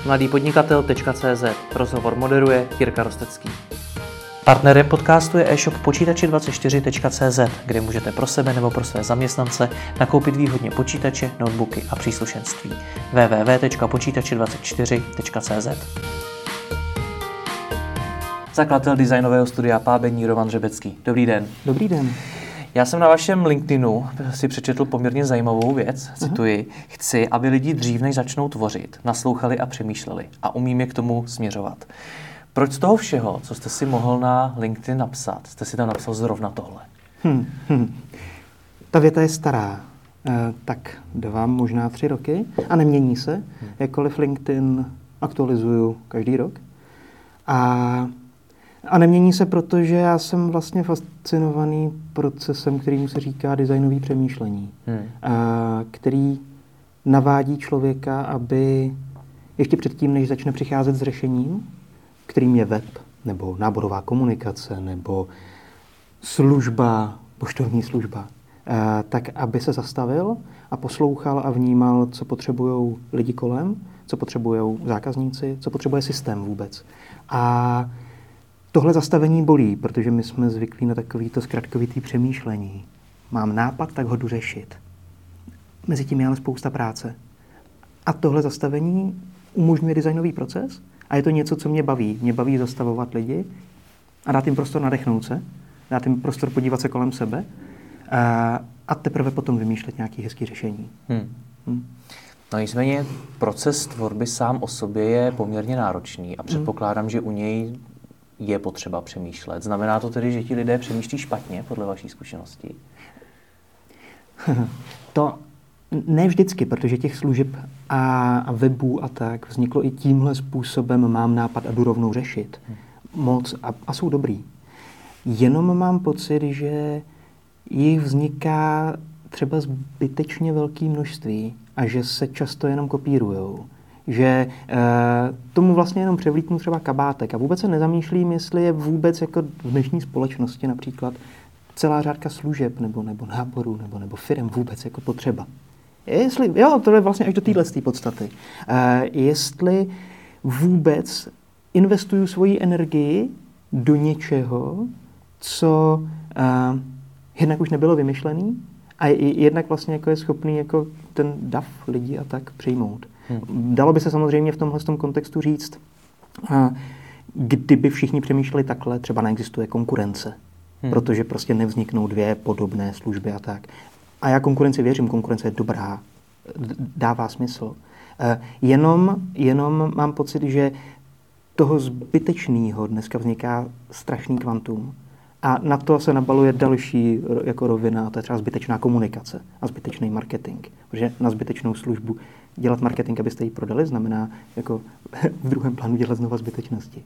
mladýpodnikatel.cz. Rozhovor moderuje Jirka Rostecký. Partnerem podcastu je e-shop počítači24.cz, kde můžete pro sebe nebo pro své zaměstnance nakoupit výhodně počítače, notebooky a příslušenství. www.počítači24.cz. Zakladatel designového studia Pábení Roman Řebecký. Dobrý den. Dobrý den. Já jsem na vašem LinkedInu si přečetl poměrně zajímavou věc, cituji. Chci, aby lidi dřív, než začnou tvořit, naslouchali a přemýšleli a umím je k tomu směřovat. Proč z toho všeho, co jste si mohl na LinkedIn napsat, jste si tam napsal zrovna tohle? Ta věta je stará. Tak 2, možná 3 roky a nemění se, jakkoliv LinkedIn aktualizuju každý rok. A nemění se, protože já jsem vlastně fascinovaný procesem, kterýmu se říká designový přemýšlení, který navádí člověka, aby ještě předtím, než začne přicházet s řešením, kterým je web, nebo náborová komunikace, nebo služba, poštovní služba, tak aby se zastavil a poslouchal a vnímal, co potřebují lidi kolem, co potřebují zákazníci, co potřebuje systém vůbec. A tohle zastavení bolí, protože my jsme zvyklí na takovýto zkratkovitý přemýšlení. Mám nápad, tak ho jdu řešit. Mezitím je ale spousta práce. A tohle zastavení umožňuje designový proces a je to něco, co mě baví. Mě baví zastavovat lidi a dát jim prostor nadechnout se, dát jim prostor podívat se kolem sebe a teprve potom vymýšlet nějaké hezké řešení. No nicméně proces tvorby sám o sobě je poměrně náročný a předpokládám, že u něj je potřeba přemýšlet. Znamená to tedy, že ti lidé přemýšlí špatně, podle vaší zkušenosti? To ne vždycky, protože těch služeb a webů a tak vzniklo i tímhle způsobem, mám nápad a jdu rovnou řešit. Moc a jsou dobrý. Jenom mám pocit, že jich vzniká třeba zbytečně velké množství a že se často jenom kopírujou. Že tomu vlastně jenom převlíknu třeba kabátek a vůbec se nezamýšlím, jestli je vůbec jako v dnešní společnosti například celá řádka služeb nebo náborů nebo firem vůbec jako potřeba. To je vlastně až do téhle podstaty. Jestli vůbec investuju svoji energii do něčeho, co jednak už nebylo vymyšlený a jednak vlastně jako je schopný jako ten dav lidí a tak přijmout. Dalo by se samozřejmě v tomhle kontextu říct, kdyby všichni přemýšleli takhle, třeba neexistuje konkurence, protože prostě nevzniknou 2 podobné služby a tak. A já konkurenci věřím, konkurence je dobrá, dává smysl. Jenom mám pocit, že toho zbytečného dneska vzniká strašný kvantum. A na to se nabaluje další jako rovina, a to je třeba zbytečná komunikace a zbytečný marketing. Protože na zbytečnou službu dělat marketing, abyste ji prodali, znamená jako v druhém plánu dělat znova zbytečnosti.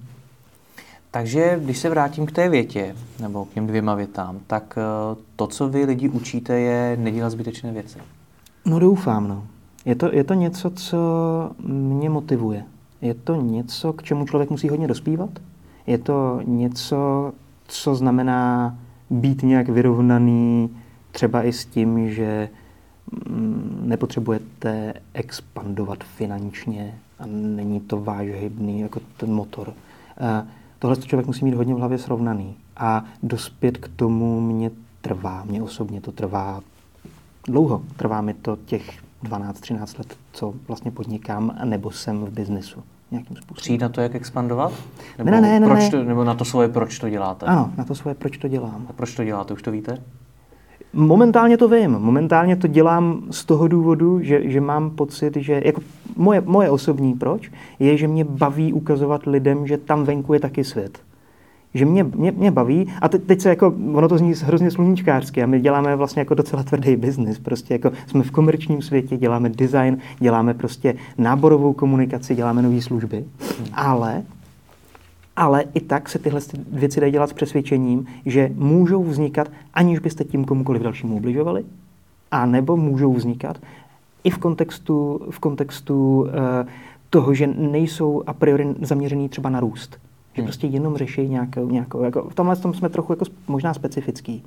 Takže když se vrátím k té větě, nebo k těm 2 větám, tak to, co vy lidi učíte, je nedělat zbytečné věci. No doufám, no. Je to něco, co mě motivuje. Je to něco, k čemu člověk musí hodně dospívat. Je to něco, co znamená být nějak vyrovnaný třeba i s tím, že nepotřebujete expandovat finančně a není to váš hybný jako ten motor. Tohle člověk musí mít hodně v hlavě srovnaný a dospět k tomu mě osobně to trvá dlouho. Trvá mi to těch 12-13 let, co vlastně podnikám, nebo jsem v biznesu nějakým způsobem. Přijít na to, jak expandovat? Nebo Ne. Nebo na to svoje, proč to děláte? Ano, na to svoje, proč to dělám. A proč to děláte, už to víte? Momentálně to vím. Momentálně to dělám z toho důvodu, že mám pocit, že jako moje osobní proč je, že mě baví ukazovat lidem, že tam venku je taky svět. Že mě baví, a teď se jako, ono to zní hrozně sluníčkářsky a my děláme vlastně jako docela tvrdý biznis, prostě jako jsme v komerčním světě, děláme design, děláme prostě náborovou komunikaci, děláme nové služby, ale i tak se tyhle věci dají dělat s přesvědčením, že můžou vznikat, aniž byste tím komukoliv dalšímu ubližovali, a nebo můžou vznikat i v kontextu toho, že nejsou a priori zaměřený třeba na růst. Že prostě jenom řeší nějakou jako v tomhle tom jsme trochu jako možná specifický,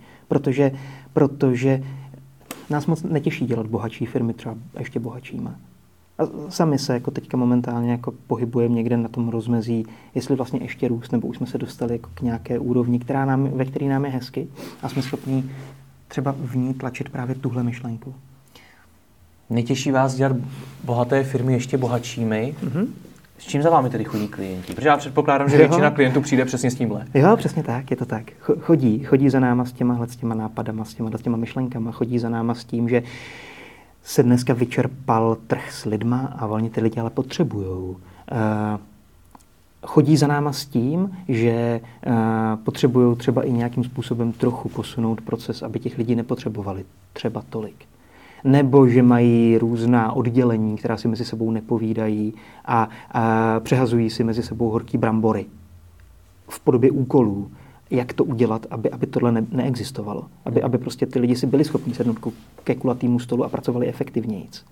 protože nás moc netěší dělat bohatší firmy třeba ještě bohatšíma. A sami se jako teďka momentálně jako pohybujeme někde na tom rozmezí, jestli vlastně ještě růst, nebo už jsme se dostali jako k nějaké úrovni, ve které nám je hezky a jsme schopni třeba v ní tlačit právě tuhle myšlenku. Netěší vás dělat bohaté firmy ještě bohatšími? Mm-hmm. S čím za vámi tedy chodí klienti? Protože já předpokládám, že většina klientů přijde přesně s tímhle. Jo, přesně tak, je to tak. Chodí za náma s těma nápadama, s těma myšlenkama, chodí za náma s tím, že se dneska vyčerpal trh s lidma a volně ty lidi ale potřebujou. Chodí za náma s tím, že potřebují třeba i nějakým způsobem trochu posunout proces, aby těch lidí nepotřebovali třeba tolik. Nebo že mají různá oddělení, která si mezi sebou nepovídají a přehazují si mezi sebou horký brambory v podobě úkolů. Jak to udělat, aby tohle neexistovalo. Aby prostě ty lidi si byli schopni sednout ke kulatýmu stolu a pracovali efektivnějc.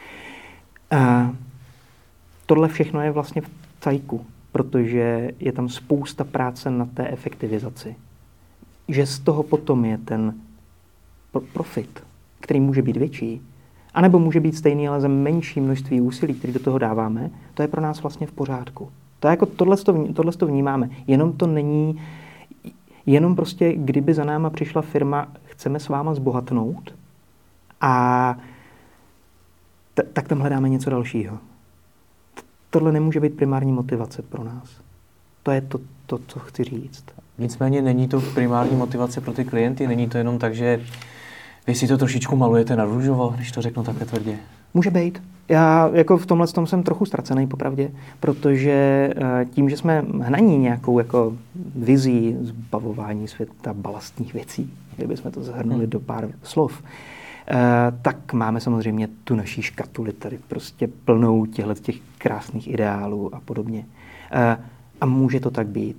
Tohle všechno je vlastně v cajku, protože je tam spousta práce na té efektivizaci. Že z toho potom je ten profit, který může být větší, anebo může být stejný, ale za menší množství úsilí, které do toho dáváme, to je pro nás vlastně v pořádku. To je jako tohle to vnímáme. Jenom to není, jenom prostě, kdyby za náma přišla firma, chceme s váma zbohatnout a tak tam hledáme něco dalšího. Tohle nemůže být primární motivace pro nás. To je to, co chci říct. Nicméně není to primární motivace pro ty klienty, není to jenom tak, že vy si to trošičku malujete na růžovo, když to řeknu takhle tvrdě. Může být. Já jako v tomhle jsem trochu ztracený popravdě, protože tím, že jsme hnaní nějakou jako vizí zbavování světa balastních věcí, kdybychom to zahrnuli do pár slov, tak máme samozřejmě tu naší škatuli tady prostě plnou těch krásných ideálů a podobně. A může to tak být.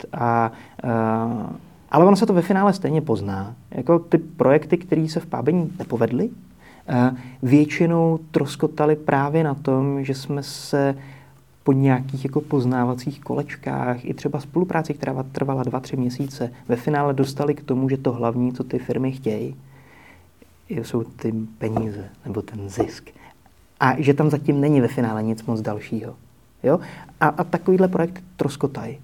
Ale ono se to ve finále stejně pozná. Jako ty projekty, které se v Pábení nepovedly, většinou troskotaly právě na tom, že jsme se po nějakých jako poznávacích kolečkách i třeba spolupráci, která trvala 2-3 měsíce, ve finále dostali k tomu, že to hlavní, co ty firmy chtějí, jsou ty peníze nebo ten zisk. A že tam zatím není ve finále nic moc dalšího. Jo? A takovýhle projekt troskotají.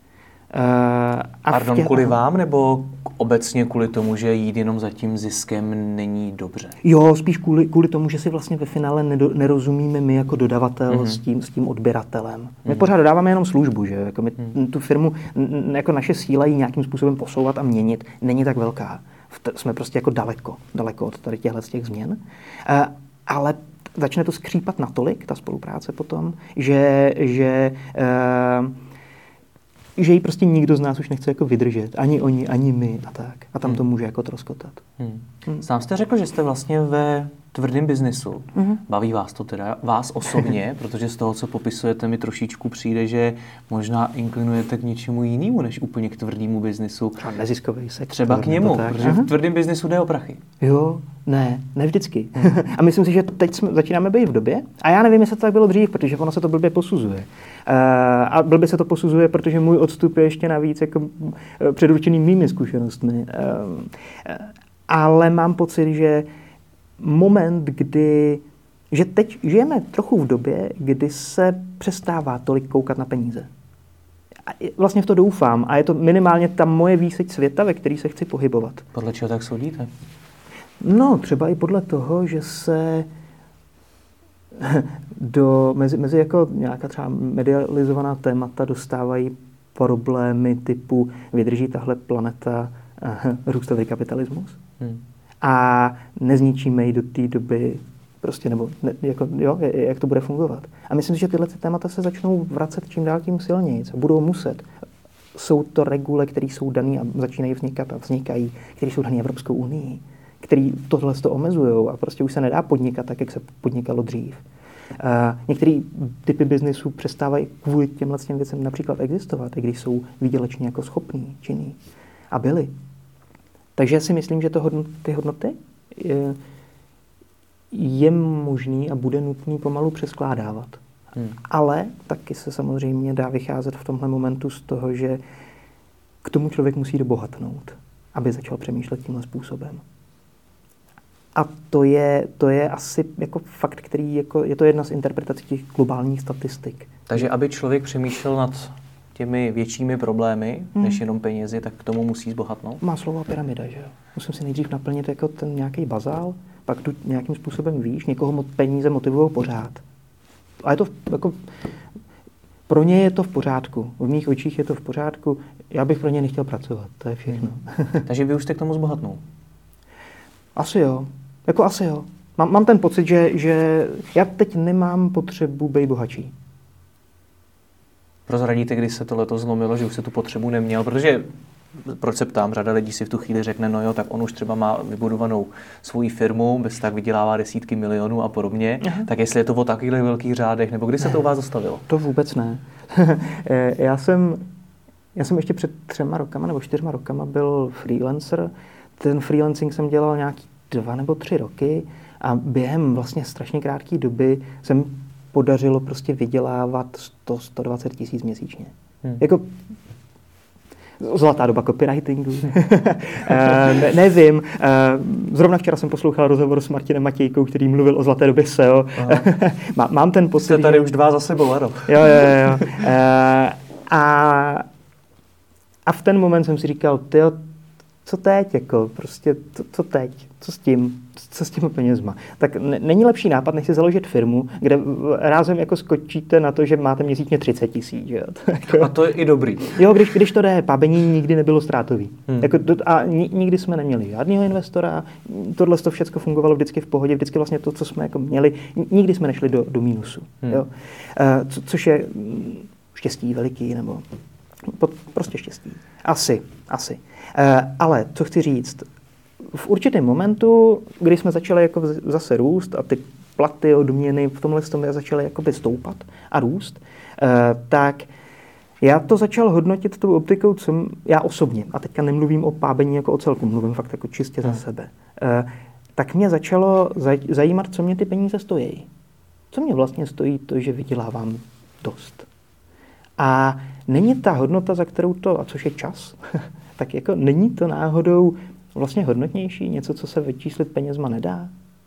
Pardon, kvůli vám, nebo obecně kvůli tomu, že jít jenom za tím ziskem není dobře? Jo, spíš kvůli tomu, že si vlastně ve finále nerozumíme my jako dodavatel s tím odběratelem. My pořád dodáváme jenom službu, že jako my tu firmu, jako naše síla ji nějakým způsobem posouvat a měnit není tak velká. Jsme prostě jako daleko od tady těch změn. Ale začne to skřípat natolik, ta spolupráce potom, že ji prostě nikdo z nás už nechce jako vydržet. Ani oni, ani my a tak. A tam to může jako troskotat. Sám jste řekl, že jste vlastně ve tvrdém biznesu. Baví vás to teda, vás osobně, protože z toho, co popisujete, mi trošičku přijde, že možná inklinujete k něčemu jinému, než úplně k tvrdému biznesu. A neziskový sektor. Třeba k němu, protože v tvrdém biznesu jde o prachy. Jo, ne vždycky. A myslím si, že teď začínáme být v době, a já nevím, jestli to tak bylo dřív, protože ono se to blbě posuzuje. A blbě se to posuzuje, protože můj odstup je ještě navíc jako předurčený mými zkušenostmi. Ale mám pocit, že že teď žijeme trochu v době, kdy se přestává tolik koukat na peníze. A vlastně v to doufám. A je to minimálně ta moje výseč světa, ve který se chci pohybovat. Podle čeho tak soudíte? No, třeba i podle toho, že se mezi jako nějaká třeba medializovaná témata dostávají problémy typu vydrží tahle planeta růstový kapitalismus a nezničíme ji do té doby prostě, nebo jak to bude fungovat. A myslím si, že tyhle témata se začnou vracet čím dál tím silněji a budou muset. Jsou to regule, které jsou dané a začínají vznikat a vznikají, které jsou dané Evropskou unii, které tohle to omezujou a prostě už se nedá podnikat tak, jak se podnikalo dřív. Některé typy biznisů přestávají kvůli těmhle věcem například existovat, i když jsou výdělečně jako schopní, činní. A byli. Takže si myslím, že ty hodnoty je možný a bude nutný pomalu přeskládávat. Ale taky se samozřejmě dá vycházet v tomhle momentu z toho, že k tomu člověk musí dobohatnout, aby začal přemýšlet tímhle způsobem. A to je asi jako fakt, který jako, je to jedna z interpretací těch globálních statistik. Takže aby člověk přemýšlel nad těmi většími problémy, než jenom penězi, tak k tomu musí zbohatnout? Má slovo pyramida, že jo? Musím si nejdřív naplnit jako ten nějaký bazál, pak tu nějakým způsobem výš, někoho peníze motivují pořád. A je to jako, pro ně je to v pořádku. V mých očích je to v pořádku. Já bych pro ně nechtěl pracovat. To je všechno. Takže vy už jste k tomu zbohatnul? Asi jo. Jako asi jo. Mám ten pocit, že já teď nemám potřebu být bohatší. Prozradíte, kdy se tohleto zlomilo, že už se tu potřebu neměl? Protože, proč se ptám, řada lidí si v tu chvíli řekne, no jo, tak on už třeba má vybudovanou svoji firmu, bez tak vydělává desítky milionů a podobně. Aha. Tak jestli je to o takových velkých řádech, nebo kdy se to u vás zastavilo? To vůbec ne. Já jsem ještě před 3 rokama nebo 4 rokama byl freelancer. Ten freelancing jsem dělal nějaký 2 nebo 3 roky a během vlastně strašně krátké doby jsem podařilo prostě vydělávat 100-120 tisíc měsíčně. Jako zlatá doba copywritingu. Nevím. Zrovna včera jsem poslouchal rozhovor s Martinem Matějkou, který mluvil o zlaté době SEO. Mám ten pocit, jste tady už 2 za sebou, ano. Jo. A v ten moment jsem si říkal, tyjo, co teď, jako, prostě, co teď, co s těmi penězma. Tak není lepší nápad, než si založit firmu, kde rázem jako skočíte na to, že máte měsíčně 30 tisíc. A to je i dobrý. Jo, když to jde, pábení nikdy nebylo ztrátový. Jako, a nikdy jsme neměli žádného investora, tohle to všechno fungovalo vždycky v pohodě, vždycky vlastně to, co jsme jako měli, nikdy jsme nešli do mínusu. Jo? Což je štěstí veliký, nebo prostě štěstí. Asi. Ale co chci říct, v určitém momentu, kdy jsme začali jako zase růst a ty platy, odměny v tomhle začaly jakoby stoupat a růst, tak já to začal hodnotit tou optikou, co já osobně, a teďka nemluvím o pábení jako o celku, mluvím fakt jako čistě za sebe, tak mě začalo zajímat, co mě ty peníze stojí. Co mě vlastně stojí to, že vydělávám dost. A není ta hodnota, za kterou to, a což je čas, tak jako není to náhodou vlastně hodnotnější, něco, co se vyčíslit penězma nedá.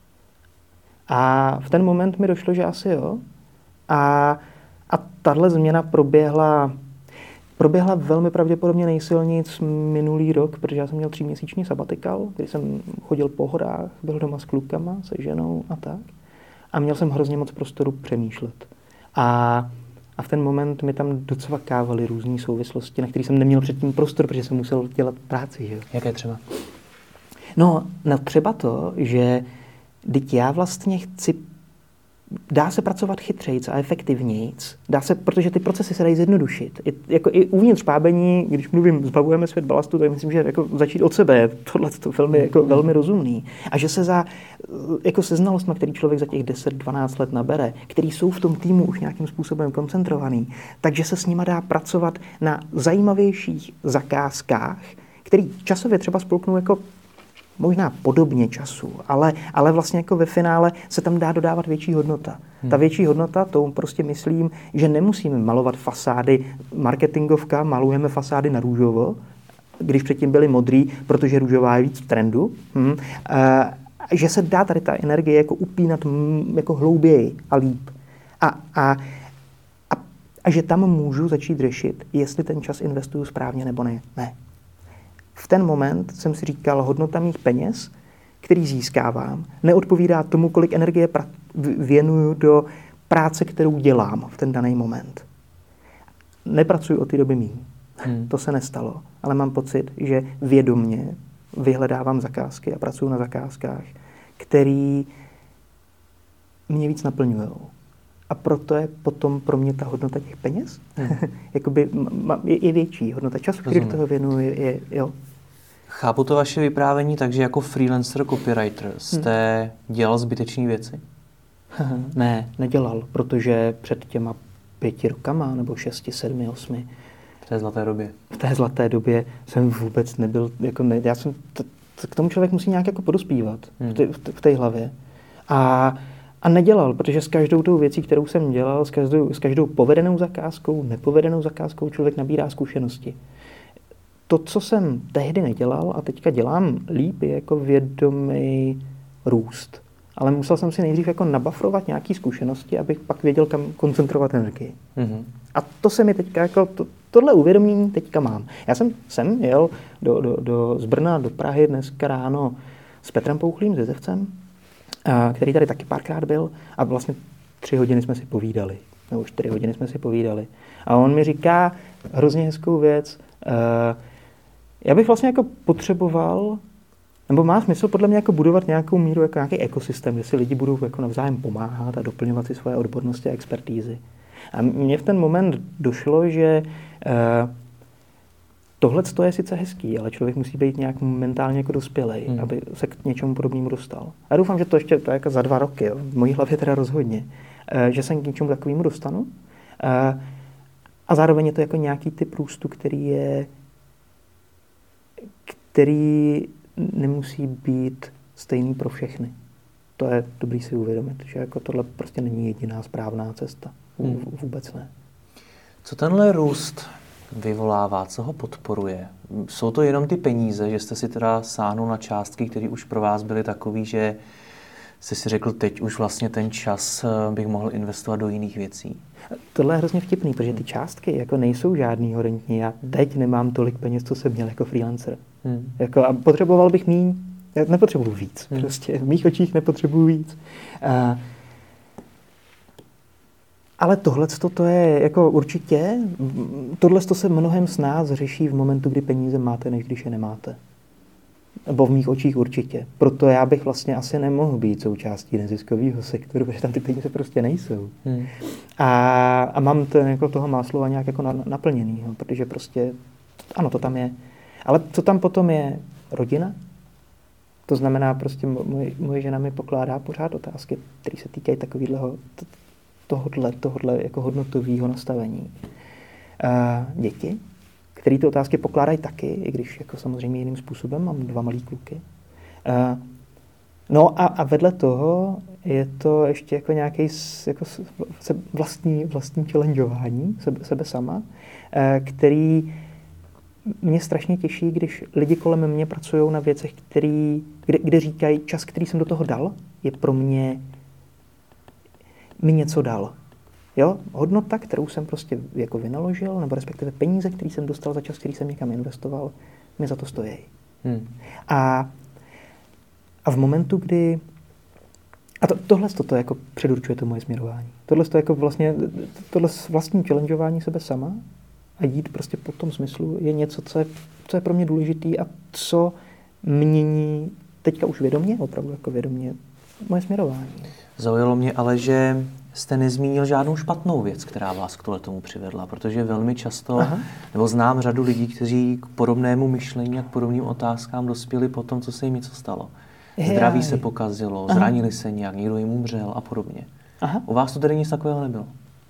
A v ten moment mi došlo, že asi jo. A tahle změna proběhla velmi pravděpodobně nejsilněji minulý rok, protože já jsem měl 3měsíční sabatikal, kdy jsem chodil po horách, byl doma s klukama, se ženou a tak. A měl jsem hrozně moc prostoru přemýšlet. A v ten moment mi tam docvakávaly různé souvislosti, na které jsem neměl předtím prostor, protože jsem musel dělat práci. Že? Jaké třeba? No třeba to, že teď já vlastně dá se pracovat chytřejc a efektivnějc, protože ty procesy se dají zjednodušit. I uvnitř pábení, když mluvím, zbavujeme svět balastu, tak myslím, že jako začít od sebe je tohleto velmi rozumný. A že se se znalostmi, který člověk za těch 10-12 let nabere, který jsou v tom týmu už nějakým způsobem koncentrovaný, takže se s nima dá pracovat na zajímavějších zakázkách, který časově třeba spolknou jako možná podobně času, ale vlastně jako ve finále se tam dá dodávat větší hodnota. Ta větší hodnota, to prostě myslím, že nemusíme malovat fasády, marketingovka, malujeme fasády na růžovo, když předtím byly modrý, protože růžová je víc v trendu, že se dá tady ta energie jako upínat jako hlouběji a líp. A že tam můžu začít řešit, jestli ten čas investuju správně nebo ne. V ten moment jsem si říkal, hodnota mých peněz, který získávám, neodpovídá tomu, kolik energie věnuju do práce, kterou dělám v ten daný moment. Nepracuji od té doby míň. To se nestalo. Ale mám pocit, že vědomně vyhledávám zakázky a pracuji na zakázkách, které mě víc naplňují. A proto je potom pro mě ta hodnota těch peněz jakoby je větší. Hodnota času, který do toho věnuji, jo. Chápu to vaše vyprávění, takže jako freelancer, copywriter jste dělal zbytečné věci? Ne, nedělal, protože před těma 5 rokama, nebo 6, 7, 8. V té zlaté době. V té zlaté době jsem vůbec nebyl, já jsem, k tomu člověk musí nějak jako podospívat v té hlavě. A nedělal, protože s každou tou věcí, kterou jsem dělal, s každou povedenou zakázkou, nepovedenou zakázkou, člověk nabírá zkušenosti. To, co jsem tehdy nedělal a teďka dělám líp, je jako vědomý růst. Ale musel jsem si nejdřív jako nabafrovat nějaké zkušenosti, abych pak věděl, kam koncentrovat energii. Mm-hmm. A to se mi teďka jako, tohle uvědomění teďka mám. Já jsem jel z Brna do Prahy dneska ráno s Petrem Pouchlým, s Jezevcem, který tady taky párkrát byl a vlastně 3 hodiny jsme si povídali, nebo 4 hodiny jsme si povídali. A on mi říká hrozně hezkou věc, já bych vlastně jako potřeboval, nebo má smysl podle mě jako budovat nějakou míru, jako nějaký ekosystém, kde si lidi budou jako navzájem pomáhat a doplňovat si svoje odbornosti a expertízy. A mně v ten moment došlo, že tohle je sice hezký, ale člověk musí být nějak mentálně jako dospělej, aby se k něčemu podobnému dostal. A doufám, že to ještě to je jako za 2 roky, jo, v mojí hlavě teda rozhodně, že se k něčemu takovému dostanu. A zároveň je to jako nějaký typ růstu, který nemusí být stejný pro všechny. To je dobrý si uvědomit, že jako tohle prostě není jediná správná cesta. Vůbec ne. Co tenhle růst vyvolává, co ho podporuje? Jsou to jenom ty peníze, že jste si teda sáhnul na částky, které už pro vás byly takový, že jste si řekl, teď už vlastně ten čas bych mohl investovat do jiných věcí? Tohle je hrozně vtipný, protože ty částky jako nejsou žádný horentní. Já teď nemám tolik peněz, co jsem měl jako freelancer. Jako, a potřeboval bych míň. Já nepotřebuji víc. Prostě v mých očích nepotřebuji víc. Ale tohle to je jako určitě, tohle se mnohem snáz řeší v momentu, kdy peníze máte, než když je nemáte. Nebo v mých očích určitě. Proto já bych vlastně asi nemohl být součástí neziskového sektoru, protože tam ty peníze prostě nejsou. A mám to, jako toho Maslova nějak jako naplněnýho, protože prostě, ano, to tam je. Ale co tam potom je? Rodina? To znamená, prostě moje žena mi pokládá pořád otázky, které se týkají tohohle jako hodnotového nastavení. Děti, který ty otázky pokládají taky, i když jako samozřejmě jiným způsobem, mám 2 malý kluky. No a vedle toho je to ještě jako nějaký jako vlastní challengeování sebe sama, který mě strašně těší, když lidi kolem mě pracují na věcech, kde říkají, čas, který jsem do toho dal, je pro mě mi něco dal. Jo? Hodnota, kterou jsem prostě jako vynaložil, nebo respektive peníze, které jsem dostal za čas, který jsem někam investoval, mi za to stojí. A v momentu, kdy... A tohle jako předurčuje to moje směrování. Tohle jako vlastní challengeování sebe sama a jít prostě po tom smyslu je něco, co je pro mě důležitý a co mění teďka už vědomě, opravdu jako vědomě, moje směrování. Zaujalo mě ale, že jste nezmínil žádnou špatnou věc, která vás k tomu přivedla, protože velmi často, nebo znám řadu lidí, kteří k podobnému myšlení a k podobným otázkám dospěli po tom, co se jim něco stalo. Zdraví se pokazilo, zranili se nějak, někdo jim umřel a podobně. U vás to tedy nic takového nebylo?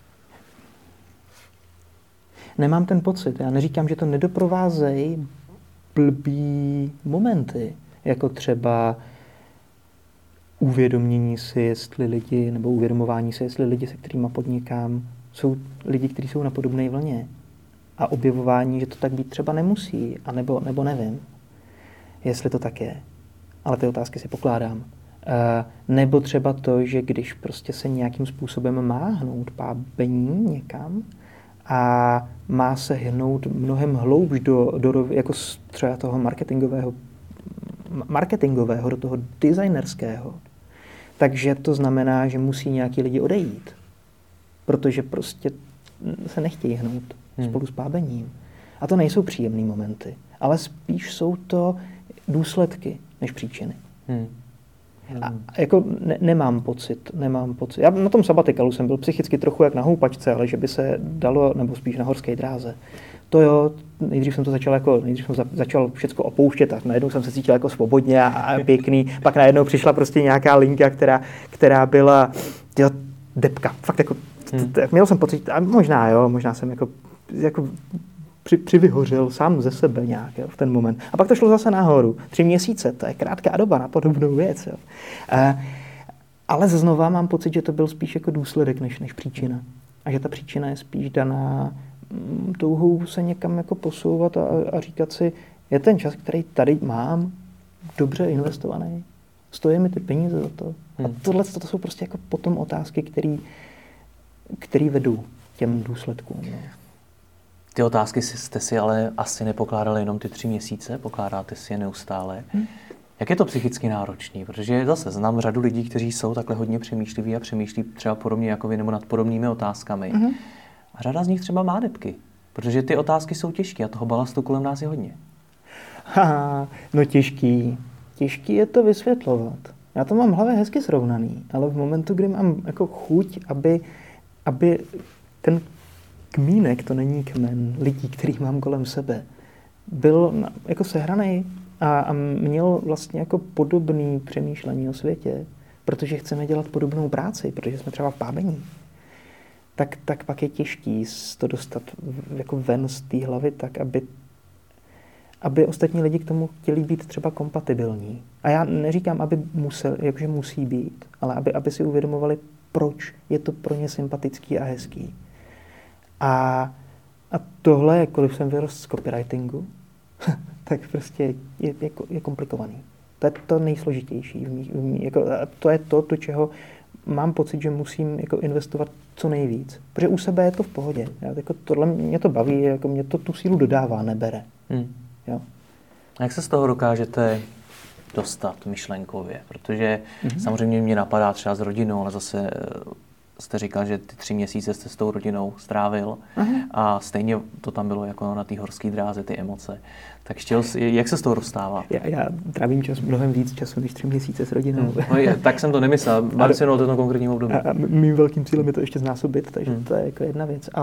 Nemám ten pocit. Já neříkám, že to nedoprovázejí blbý momenty, jako třeba uvědomění si, jestli lidi, nebo uvědomování si, jestli lidi, se kterými podnikám, jsou lidi, kteří jsou na podobné vlně. A objevování, že to tak být třeba nemusí, nebo nevím, jestli to tak je. Ale ty otázky si pokládám. Nebo třeba to, že když prostě se nějakým způsobem má hnout pábení někam a má se hnout mnohem hloubš do jako třeba toho marketingového, do toho designerského, takže to znamená, že musí nějaký lidi odejít. Protože prostě se nechtějí hnout spolu s pábením. A to nejsou příjemné momenty, ale spíš jsou to důsledky než příčiny. A jako nemám pocit. Já na tom sabatikalu jsem byl psychicky trochu jak na houpačce, ale že by se dalo, nebo spíš na horské dráze. To jo, nejdřív jsem začal všecko opouštět a najednou jsem se cítil jako svobodně a pěkný. Pak najednou přišla prostě nějaká linka, která byla depka. Fakt jako, měl jsem pocit, a možná jsem jako přivyhořel sám ze sebe nějak, jo, v ten moment. A pak to šlo zase nahoru. 3 měsíce, to je krátká doba na podobnou věc. Jo. Ale znova mám pocit, že to byl spíš jako důsledek než příčina. A že ta příčina je spíš daná touhou se někam jako posouvat a říkat si, je ten čas, který tady mám, dobře investovaný. Stojí mi ty peníze za to? A tohle to jsou prostě jako potom otázky, které vedou těm důsledkům. No. Ty otázky jste si ale asi nepokládali jenom ty 3 měsíce, pokládáte si je neustále. Jak je to psychicky náročný? Protože zase znám řadu lidí, kteří jsou takhle hodně přemýšliví a přemýšlí třeba podobně jako vy nebo nad podobnými otázkami. A řada z nich třeba má depky, protože ty otázky jsou těžké a toho balastu kolem nás je hodně. No těžký je to vysvětlovat. Já to mám v hlavě hezky srovnaný, ale v momentu, kdy mám jako chuť, aby ten kmínek, to není kmen, lidí, který mám kolem sebe, byl jako sehraný a měl vlastně jako podobný přemýšlení o světě, protože chceme dělat podobnou práci, protože jsme třeba v pábení, tak pak je těžký to dostat jako ven z té hlavy tak, aby ostatní lidi k tomu chtěli být třeba kompatibilní. A já neříkám, aby jakože musí být, ale aby si uvědomovali, proč je to pro ně sympatický a hezký. A tohle, jakkoliv jsem vyrost z copywritingu, tak prostě je komplikovaný. To je to nejsložitější. To je to, do čeho mám pocit, že musím jako investovat co nejvíc. Protože u sebe je to v pohodě. Tohle mě to baví, jako mě to tu sílu dodává, nebere. Jo. A jak se z toho dokážete dostat myšlenkově? Protože samozřejmě mě napadá třeba s rodinou, ale zase jste říkal, že ty 3 měsíce jste s tou rodinou strávil a stejně to tam bylo jako na té horské dráze, ty emoce. Tak jak se z toho dostává? Já trávím mnohem víc času než 3 měsíce s rodinou. Tak jsem to nemyslel, bavím se o tom konkrétním období. A mým velkým cílem je to ještě znásobit, takže to je jako jedna věc.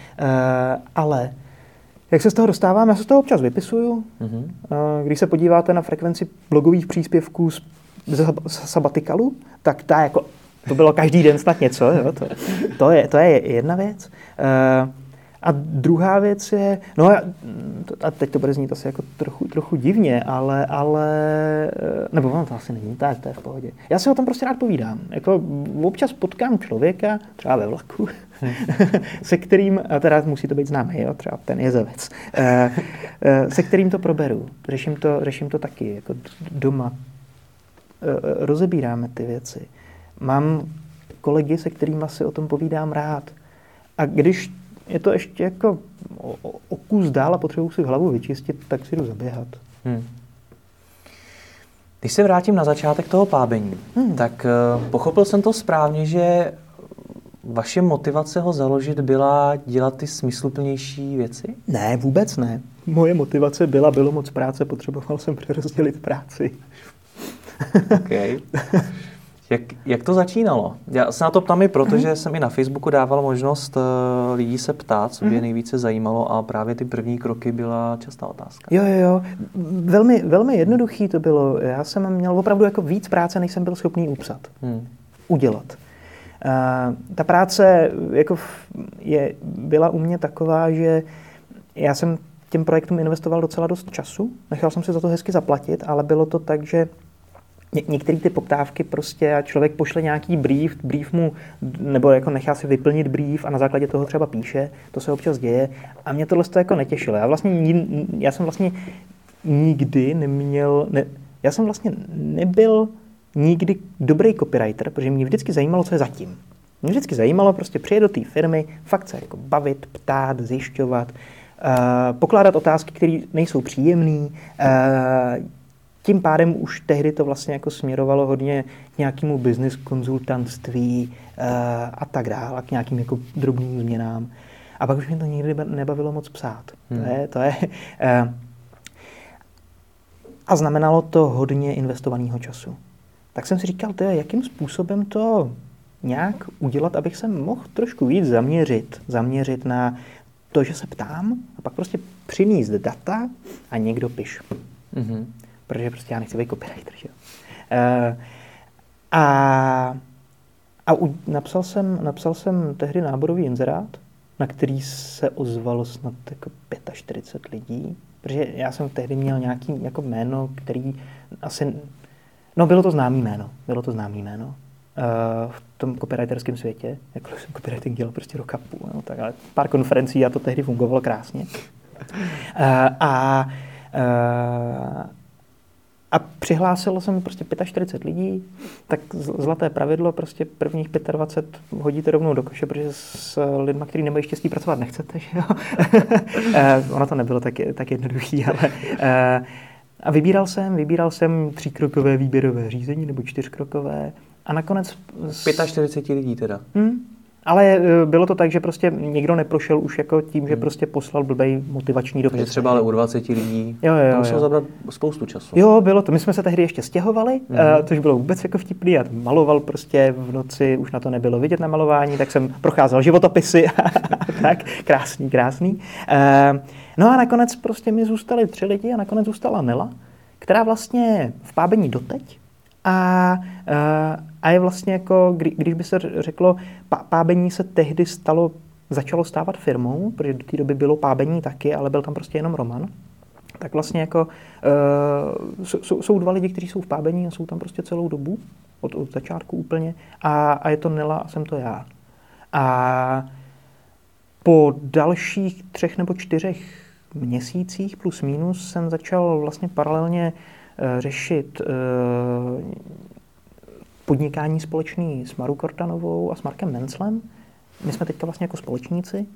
Ale jak se z toho dostávám? Já se z toho občas vypisuju. Když se podíváte na frekvenci blogových příspěvků z sabatikalu, tak to bylo každý den snad něco. Jo? To je jedna věc. A druhá věc je, a teď to bude znít asi jako trochu divně, ale nebo ono to asi není tak, to je v pohodě. Já si o tom prostě rád povídám. Jako občas potkám člověka, třeba ve vlaku, se kterým, a teda musí to být známý, jo, třeba ten jezevec, se kterým to proberu. Řeším to taky, jako doma. Rozebíráme ty věci. Mám kolegy, se kterými si o tom povídám rád. A když je to ještě jako o kus dál a potřebuji si hlavu vyčistit, tak si jdu zaběhat. Když se vrátím na začátek toho pábení, tak pochopil jsem to správně, že vaše motivace ho založit byla dělat ty smysluplnější věci? Ne, vůbec ne. Moje motivace bylo moc práce, potřeboval jsem přerozdělit práci. Okay. Jak to začínalo? Já se na to ptám i proto, že jsem i na Facebooku dával možnost lidí se ptát, co by je nejvíce zajímalo a právě ty první kroky byla častá otázka. Jo. Velmi, velmi jednoduchý to bylo. Já jsem měl opravdu jako víc práce, než jsem byl schopný upsat. Udělat. Ta práce jako byla u mě taková, že já jsem těm projektům investoval docela dost času. Nechal jsem si za to hezky zaplatit, ale bylo to tak, že některé ty poptávky prostě a člověk pošle nějaký brief mu, nebo jako nechá si vyplnit brief a na základě toho třeba píše, to se občas děje a mě tohle to jako netěšilo. Já jsem vlastně nikdy nebyl nikdy dobrý copywriter, protože mě vždycky zajímalo, co je zatím. Mě vždycky zajímalo prostě přijet do té firmy, fakt se jako bavit, ptát, zjišťovat, pokládat otázky, které nejsou příjemné. Tím pádem už tehdy to vlastně jako směrovalo hodně k nějakému business konzultantství a tak dále, k nějakým jako drobným změnám. A pak už mě to nikdy nebavilo moc psát. A znamenalo to hodně investovaného času. Tak jsem si říkal, jakým způsobem to nějak udělat, abych se mohl trošku víc zaměřit na to, že se ptám a pak prostě přinést data a někdo píše. Protože prostě já nechci být copywriter, že? Napsal jsem tehdy náborový inzerát, na který se ozvalo snad jako 45 lidí, protože já jsem tehdy měl nějaký jako jméno, který asi, bylo to známý jméno v tom copywriterském světě, jako jsem copywriting dělal prostě rok a půl, tak ale pár konferencí a to tehdy fungovalo A přihlásilo se mi prostě 45 lidí, tak zlaté pravidlo, prostě prvních 25 hodíte rovnou do koše, protože s lidma, kteří nemají štěstí, pracovat nechcete, že jo? Ono to nebylo tak jednoduchý, ale... A vybíral jsem 3krokové výběrové řízení, nebo 4krokové, a nakonec... 45 lidí teda. Ale bylo to tak, že prostě nikdo neprošel už jako tím, že prostě poslal blbej motivační dopis. Takže třeba ale u 20 lidí to muselo zabrat spoustu času. Jo, bylo to. My jsme se tehdy ještě stěhovali, což bylo vůbec jako vtipný. Já maloval prostě v noci, už na to nebylo vidět na malování, tak jsem procházel životopisy a tak. Krásný. No a nakonec prostě mi zůstali 3 lidi a nakonec zůstala Nela, která vlastně v Pábení doteď. A je vlastně jako, když by se řeklo, Pábení se tehdy začalo stávat firmou, protože do té doby bylo Pábení taky, ale byl tam prostě jenom Roman. Tak vlastně jako jsou 2 lidi, kteří jsou v Pábení a jsou tam prostě celou dobu, od začátku úplně. A je to Nela a jsem to já. A po dalších 3 nebo 4 měsících plus minus jsem začal vlastně paralelně řešit podnikání společný s Marou Kortanovou a s Markem Menclem. My jsme teďka vlastně jako společníci.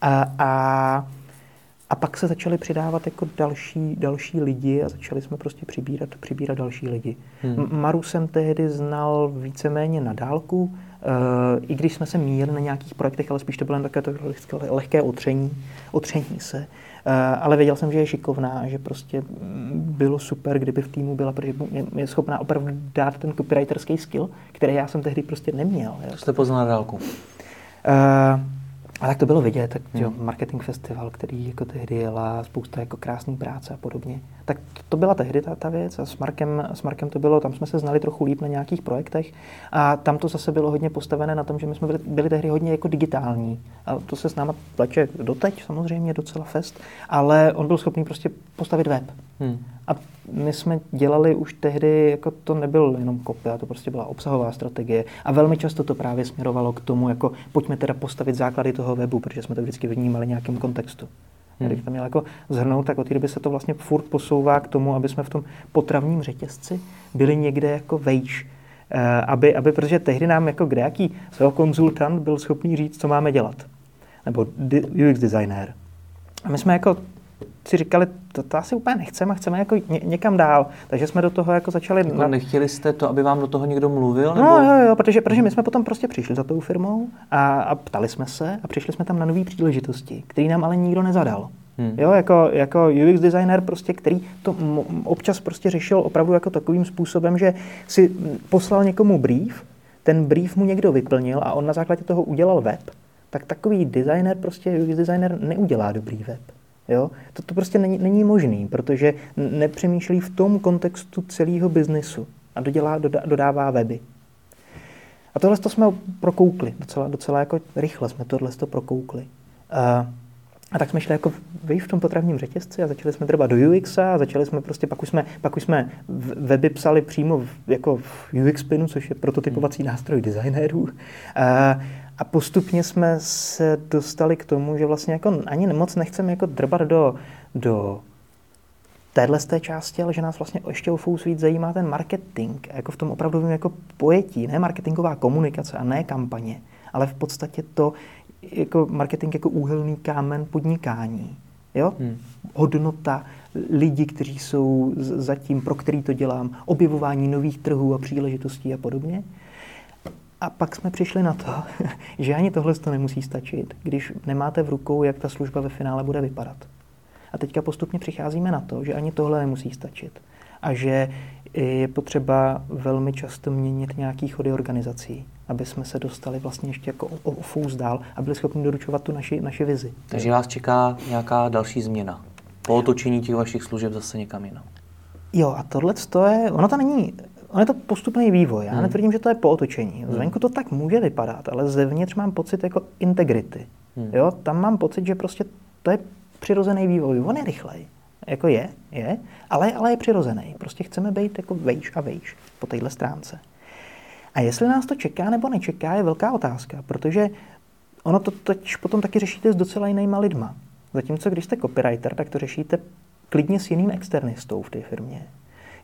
A pak se začali přidávat jako další lidi a začali jsme prostě přibírat další lidi. Maru jsem tehdy znal víceméně na dálku, i když jsme se míjeli na nějakých projektech, ale spíš to bylo takové lehké otření se. Ale věděl jsem, že je šikovná a že prostě bylo super, kdyby v týmu byla, protože je schopná opravdu dát ten copywriterský skill, který já jsem tehdy prostě neměl. To jste poznal na dálku. A tak to bylo vidět, tak marketing festival, který jako tehdy jela, spousta jako krásný práce a podobně. Tak to byla tehdy ta věc a s Markem to bylo, tam jsme se znali trochu líp na nějakých projektech a tam to zase bylo hodně postavené na tom, že my jsme byli tehdy hodně jako digitální. A to se s náma pleče doteď, samozřejmě docela fest, ale on byl schopný prostě postavit web. A my jsme dělali už tehdy, jako to nebyl jenom copy, to prostě byla obsahová strategie a velmi často to právě směrovalo k tomu, jako pojďme teda postavit základy toho webu, protože jsme to vždycky vnímali nějakým kontextu. Když to měl jako zhrnout, tak od té doby se to vlastně furt posouvá k tomu, aby jsme v tom potravním řetězci byli někde jako vejš. Aby, protože tehdy nám jako kdejaký SEO konzultant byl schopný říct, co máme dělat. Nebo UX designer. A my jsme jako si říkali, to asi úplně nechceme a chceme jako někam dál. Takže jsme do toho jako začali... Jako nechtěli jste to, aby vám do toho někdo mluvil? Nebo? No jo, protože my jsme potom prostě přišli za tou firmou a ptali jsme se a přišli jsme tam na nové příležitosti, který nám ale nikdo nezadal. Jo, jako UX designer prostě, který to občas prostě řešil opravdu jako takovým způsobem, že si poslal někomu brief, ten brief mu někdo vyplnil a on na základě toho udělal web, tak takový designer prostě UX designer neudělá dobrý web. Jo? To prostě není možný, protože nepřemýšlí v tom kontextu celého biznesu a dodává weby. A tohle jsme prokoukli, docela jako rychle jsme tohle prokoukli. A tak jsme šli jako v tom potravním řetězci a začali jsme drbat do UX a začali jsme prostě, pak už jsme weby psali přímo jako v UX Pinu, což je prototypovací nástroj designérů. A postupně jsme se dostali k tomu, že vlastně jako ani moc nechceme jako drbat do téhle části, ale že nás vlastně ještě o fous víc zajímá ten marketing, jako v tom opravdovém jako pojetí, ne marketingová komunikace a ne kampaně, ale v podstatě to jako marketing jako úhelný kámen podnikání. Jo? Hodnota lidí, kteří jsou zatím, pro který to dělám, objevování nových trhů a příležitostí a podobně. A pak jsme přišli na to, že ani tohle to nemusí stačit, když nemáte v rukou, jak ta služba ve finále bude vypadat. A teďka postupně přicházíme na to, že ani tohle nemusí stačit. A že je potřeba velmi často měnit nějaký chody organizací, aby jsme se dostali vlastně ještě jako o fous dál a byli schopni doručovat tu naši vizi. Takže vás čeká nějaká další změna. Po otočení těch vašich služeb zase někam jinam. Jo, a tohle je, ono je to postupný vývoj. Já netvrdím, že to je po otočení. Zvenku to tak může vypadat, ale zevnitř mám pocit jako integrity. Jo, tam mám pocit, že prostě to je přirozený vývoj. On je rychlej. Jako je, ale je přirozený. Prostě chceme být jako vejš a vejš po téhle stránce. A jestli nás to čeká nebo nečeká, je velká otázka, protože ono to teď potom taky řešíte s docela jinýma lidma. Zatímco když jste copywriter, tak to řešíte klidně s jiným externistou v té firmě.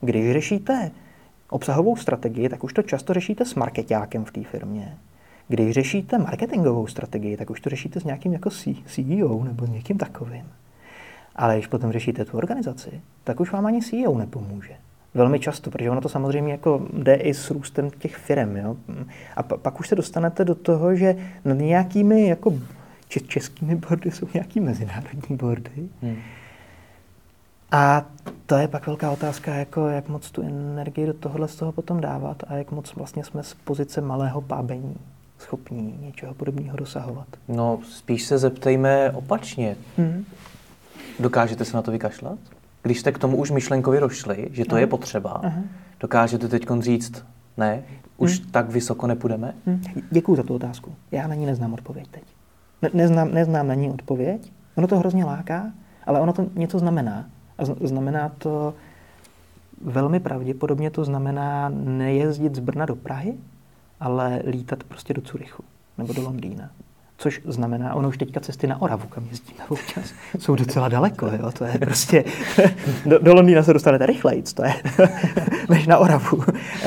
Když řešíte obsahovou strategii, tak už to často řešíte s markeťákem v té firmě. Když řešíte marketingovou strategii, tak už to řešíte s nějakým jako CEO nebo někým takovým. Ale když potom řešíte tu organizaci, tak už vám ani CEO nepomůže. Velmi často, protože ono to samozřejmě jako jde i s růstem těch firem. Jo? A pak už se dostanete do toho, že nad nějakými jako českými boardy jsou nějaký mezinárodní boardy. A to je pak velká otázka, jako jak moc tu energii do tohohle z toho potom dávat a jak moc vlastně jsme z pozice malého pábení schopní něčeho podobného dosahovat. No, spíš se zeptejme opačně. Dokážete se na to vykašlat? Když jste k tomu už myšlenkově došli, že to je potřeba, dokážete teď říct, ne, už tak vysoko nepůjdeme? Děkuju za tu otázku. Já na ní neznám odpověď teď. Neznám na ní odpověď. Ono to hrozně láká, ale ono to něco znamená. A znamená to velmi pravděpodobně, to znamená nejezdit z Brna do Prahy, ale lítat prostě do Curychu nebo do Londýna. Což znamená, ono už teďka cesty na Oravu, kam jezdíme občas, jsou docela daleko, jo? To je prostě, do Londýna se dostanete rychlejc, to je, než na Oravu.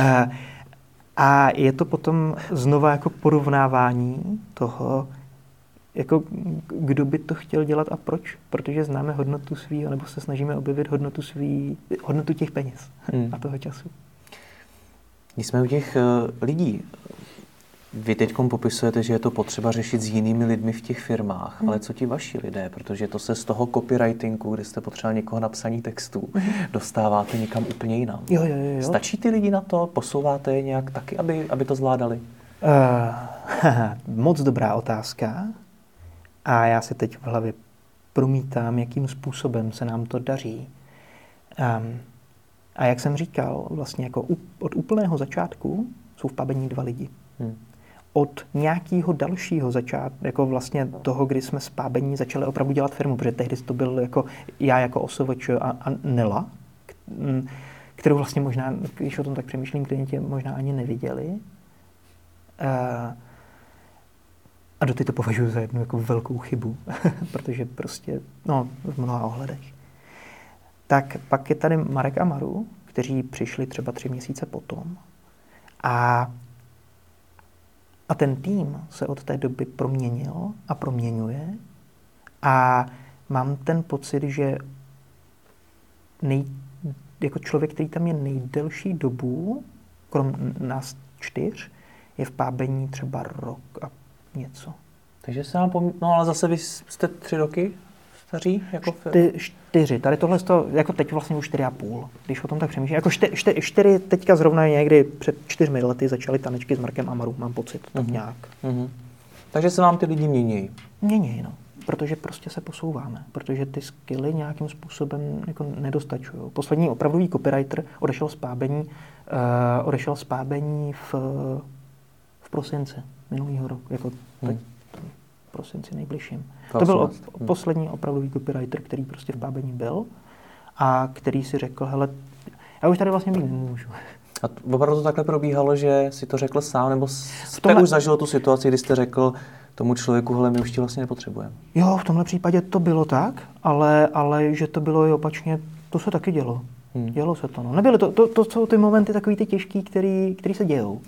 A je to potom znova jako porovnávání toho, jako kdo by to chtěl dělat a proč, protože známe hodnotu svýho, nebo se snažíme objevit hodnotu těch peněz a toho času. Když jsme u těch lidí, vy teďkom popisujete, že je to potřeba řešit s jinými lidmi v těch firmách, ale co ti vaši lidé, protože to se z toho copywritingu, kde jste potřeboval někoho napsaní textů, dostáváte někam úplně jinam. Jo. Stačí ty lidi na to? Posouváte je nějak taky, aby to zvládali? Moc dobrá otázka. A já si teď v hlavě promítám, jakým způsobem se nám to daří. A jak jsem říkal, vlastně jako od úplného začátku jsou v pabení 2 lidi. Od nějakého dalšího začátku, jako vlastně toho, kdy jsme s pábení začali opravdu dělat firmu, protože tehdy to byl jako já jako OSVČ a Nela, kterou vlastně možná, když o tom tak přemýšlím, klienti možná ani neviděli. A doteď to považuji za jednu jako velkou chybu, protože prostě, v mnoha ohledech. Tak pak je tady Marek a Maru, kteří přišli třeba 3 měsíce potom. A ten tým se od té doby proměnil a proměňuje. A mám ten pocit, že jako člověk, který tam je nejdelší dobu, krom nás 4, je v pábení třeba rok a něco. Takže se nám ale zase vy jste 3 roky staří? Jako 4. Tady tohle jako teď vlastně už 4,5. Když o tom tak přemýšlím. Jako 4 teďka zrovna někdy před 4 lety začaly tanečky s Markem a Marou, mám pocit. Tak nějak. Takže se vám ty lidi mění? Mění, protože prostě se posouváme. Protože ty skilly nějakým způsobem jako nedostačují. Poslední opravdový copywriter odešel z pábení v prosinci minulýho roku. Jako teď v prosinci nejbližším. To byl poslední opravdový copywriter, který prostě v pábení byl a který si řekl, hele, já už tady vlastně být nemůžu. A opravdu to takhle probíhalo, že si to řekl sám, nebo jste už zažil tu situaci, kdy jste řekl tomu člověku, hele, my už ti vlastně nepotřebujeme? Jo, v tomhle případě to bylo tak, ale že to bylo i opačně, to se taky dělo. Dělo se to, Nebyly to jsou ty momenty takový ty těžký, který se dějou.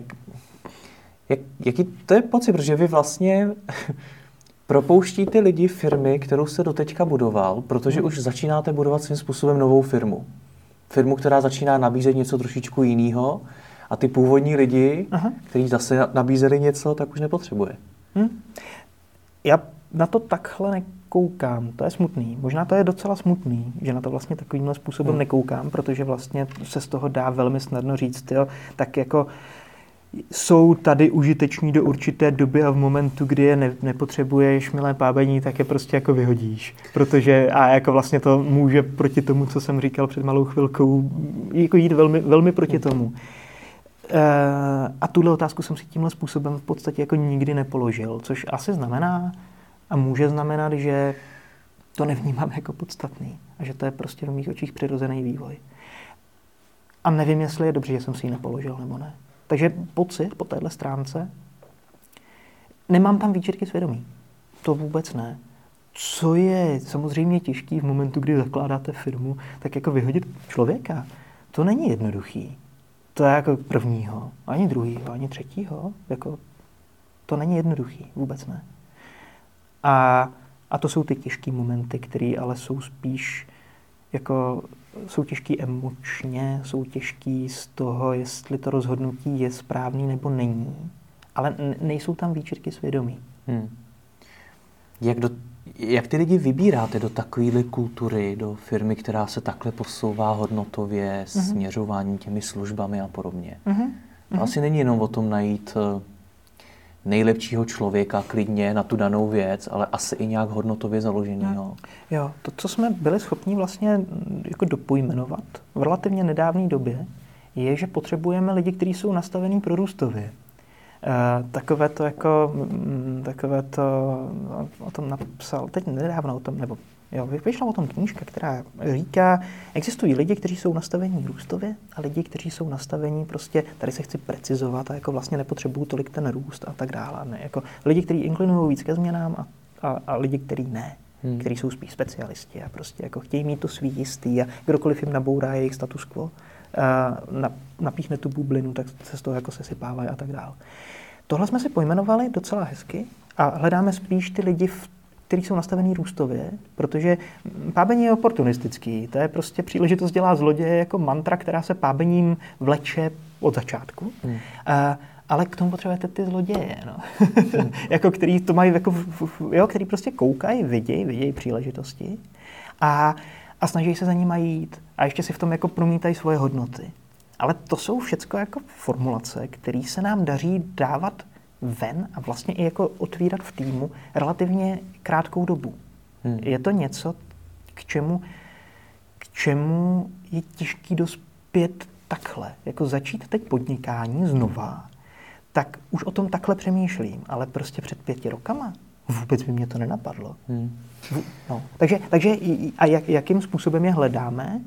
Jaký to je pocit, protože vy vlastně propouštíte lidi firmy, kterou jste doteďka budoval, protože už začínáte budovat svým způsobem novou firmu. Firmu, která začíná nabízet něco trošičku jiného a ty původní lidi, kteří zase nabízeli něco, tak už nepotřebuje. Já na to takhle nekoukám, to je smutný. Možná to je docela smutný, že na to vlastně takovýmhle způsobem nekoukám, protože vlastně se z toho dá velmi snadno říct, tak jako jsou tady užiteční do určité doby a v momentu, kdy je nepotřebuješ, milé pábení, tak je prostě jako vyhodíš. Protože a jako vlastně to může proti tomu, co jsem říkal před malou chvilkou, jako jít velmi, velmi proti tomu. A tuhle otázku jsem si tímhle způsobem v podstatě jako nikdy nepoložil, což asi znamená a může znamenat, že to nevnímám jako podstatný a že to je prostě v mých očích přirozený vývoj. A nevím, jestli je dobře, že jsem si ji nepoložil nebo ne. Takže pocit po téhle stránce, nemám tam výčitky svědomí. To vůbec ne. Co je samozřejmě těžký v momentu, kdy zakládáte firmu, tak jako vyhodit člověka. to není jednoduchý. To je jako prvního, ani druhýho, ani třetího. Jako, to není jednoduchý, vůbec ne. A to jsou ty těžké momenty, které ale jsou spíš jako, jsou těžký emočně, jsou těžký z toho, jestli to rozhodnutí je správný nebo není. Ale nejsou tam výčitky svědomí. Jak ty lidi vybíráte do takovéhle kultury, do firmy, která se takhle posouvá hodnotově, směřování těmi službami a podobně? To asi není jenom o tom najít nejlepšího člověka klidně na tu danou věc, ale asi i nějak hodnotově založeného. Jo, to, co jsme byli schopni vlastně jako dopojmenovat v relativně nedávné době, je, že potřebujeme lidi, kteří jsou nastavení prorůstově. Takové to, o tom napsal, teď nedávno o tom, nebo jo, vyšla o tom knížka, která říká, existují lidi, kteří jsou nastavení růstově a lidi, kteří jsou nastavení prostě, tady se chci precizovat a jako vlastně nepotřebuju tolik ten růst a tak dále. Ne, jako lidi, kteří inklinují víc ke změnám a lidi, kteří ne, kteří jsou spíš specialisti a prostě jako chtějí mít to svý jistý a kdokoliv jim nabourá jejich status quo, napíchne tu bublinu, tak se z toho jako sesypávají a tak dále. Tohle jsme si pojmenovali docela hezky a hledáme spíš ty lidi, kteří jsou nastavený růstově, protože pábení je oportunistický. To je prostě příležitost dělá zloděje jako mantra, která se pábením vleče od začátku. Ale k tomu potřebujete ty zloděje, no. Jako, který to mají, jako, který prostě koukají, vidějí příležitosti a snaží se za nimi jít a ještě si v tom jako promítají svoje hodnoty. Ale to jsou všecko jako formulace, které se nám daří dávat ven a vlastně i jako otvírat v týmu relativně krátkou dobu. Je to něco, k čemu je těžký dospět takhle. Jako začít teď podnikání znova, tak už o tom takhle přemýšlím, ale prostě před 5 rokama vůbec by mě to nenapadlo. No. Takže a jakým způsobem je hledáme?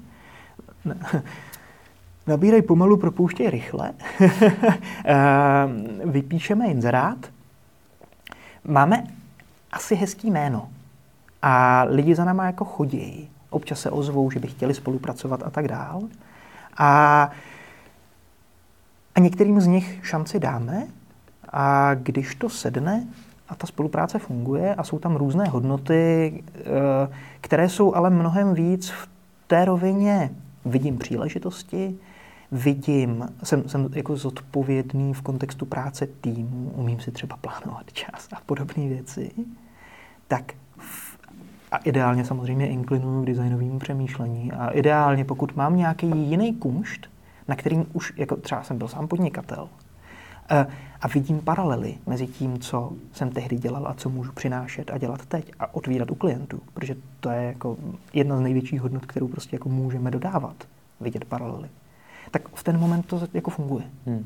Nabírej pomalu, propouštěj rychle. Vypíšeme inzerát. Máme asi hezký jméno. A lidi za náma jako chodí. Občas se ozvou, že by chtěli spolupracovat a tak dál. A některým z nich šanci dáme. A když to sedne a ta spolupráce funguje a jsou tam různé hodnoty, které jsou ale mnohem víc v té rovině vidím příležitosti, jsem jako zodpovědný v kontextu práce týmu, umím si třeba plánovat čas a podobné věci, tak a ideálně samozřejmě inklinuju k designovému přemýšlení a ideálně, pokud mám nějaký jiný kumšt, na kterým už, jako třeba jsem byl sám podnikatel, a vidím paralely mezi tím, co jsem tehdy dělal a co můžu přinášet a dělat teď a otvírat u klientů, protože to je jako jedna z největších hodnot, kterou prostě jako můžeme dodávat, vidět paralely. Tak v ten moment to jako funguje.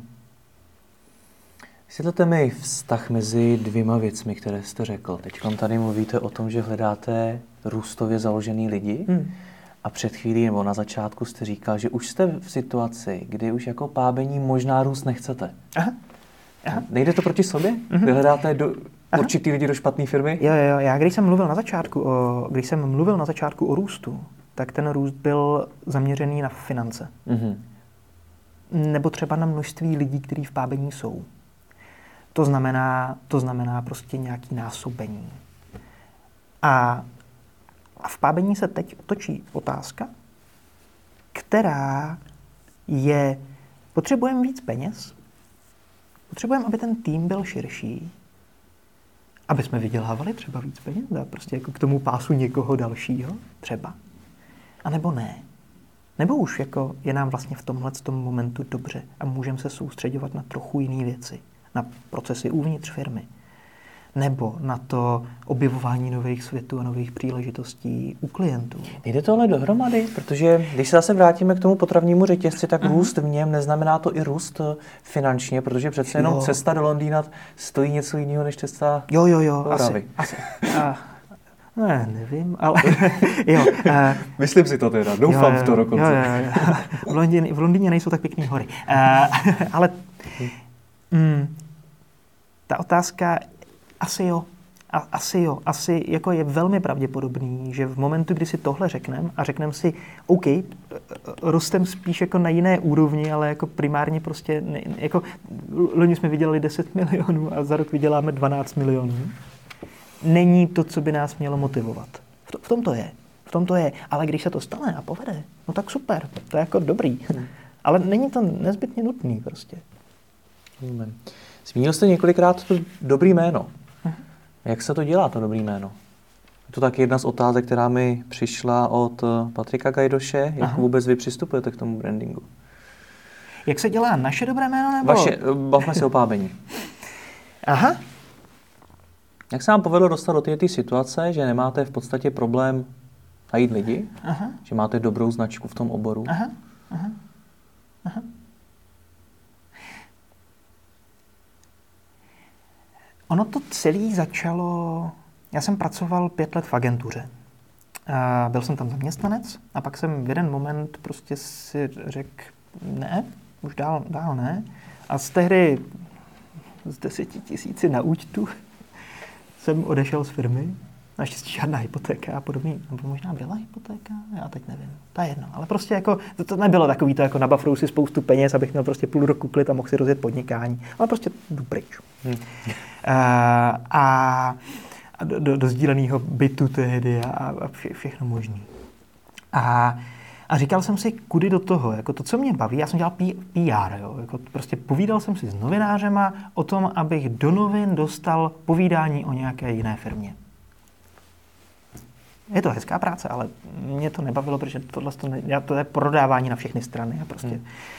Vysvětlete mi vztah mezi dvěma věcmi, které jste řekl. Teď tady mluvíte o tom, že hledáte růstově založený lidi a před chvílí nebo na začátku jste říkal, že už jste v situaci, kdy už jako pábení možná růst nechcete. Aha. Nejde to proti sobě? Vy hledáte určitý lidi do špatné firmy? Jo. Já když jsem mluvil na začátku o růstu, tak ten růst byl zaměřený na finance. Nebo třeba na množství lidí, kteří v pábení jsou. To znamená prostě nějaký násobení. A v pábení se teď točí otázka, která je, potřebujeme víc peněz, potřebujeme, aby ten tým byl širší, aby jsme vydělávali třeba víc peněz, a prostě jako k tomu pásu někoho dalšího třeba, a nebo ne. Nebo už jako je nám vlastně v tomhletom momentu dobře a můžeme se soustředovat na trochu jiné věci, na procesy uvnitř firmy, nebo na to objevování nových světů a nových příležitostí u klientů. Jde to ale dohromady, protože když se zase vrátíme k tomu potravnímu řetězci, tak růst v něm neznamená to i růst finančně, protože přece jenom cesta do Londýna stojí něco jiného než cesta do Oravy. Asi. Ne, nevím, ale jo. Myslím si to teda, doufám v to dokonce. Jo. V Londýně nejsou tak pěkný hory. Ale ta otázka, asi jo. asi jo, asi jako je velmi pravděpodobný, že v momentu, kdy si tohle řekneme a řekneme si, OK, rostem spíš jako na jiné úrovni, ale jako primárně prostě, jako loni jsme vydělali 10 milionů a za rok vyděláme 12 milionů. Není to, co by nás mělo motivovat. V tom to je. Ale když se to stane a povede, no tak super, to je jako dobrý. Ale není to nezbytně nutný prostě. Zmínil jste několikrát to dobrý jméno. Jak se to dělá, to dobrý jméno? Je to taky jedna z otázek, která mi přišla od Patrika Gajdoše. Jak vůbec vy přistupujete k tomu brandingu? Jak se dělá naše dobré jméno? Nebo? Bavme se o Pábení. Aha. Jak se vám povedlo dostat do té situace, že nemáte v podstatě problém najít lidi? Aha. Že máte dobrou značku v tom oboru? Aha. Ono to celé začalo, já jsem pracoval 5 let v agentuře. Byl jsem tam zaměstnanec a pak jsem v jeden moment prostě si řekl, ne, už dál ne. A z tehdy z 10 000 na účtu jsem odešel z firmy. Naštěstí žádná hypotéka a podobně. Nebo možná byla hypotéka? Já teď nevím. To je jedno. Ale prostě jako, to nebylo takový to, jako nabafruju si spoustu peněz, abych měl prostě půl roku klid a mohl si rozjet podnikání. Ale prostě jdu pryč. A do sdíleného bytu tehdy a všechno možný. A říkal jsem si, kudy do toho, jako to, co mě baví, já jsem dělal PR, jo, jako prostě povídal jsem si s novinářema o tom, abych do novin dostal povídání o nějaké jiné firmě. Je to hezká práce, ale mě to nebavilo, protože to je prodávání na všechny strany. A prostě.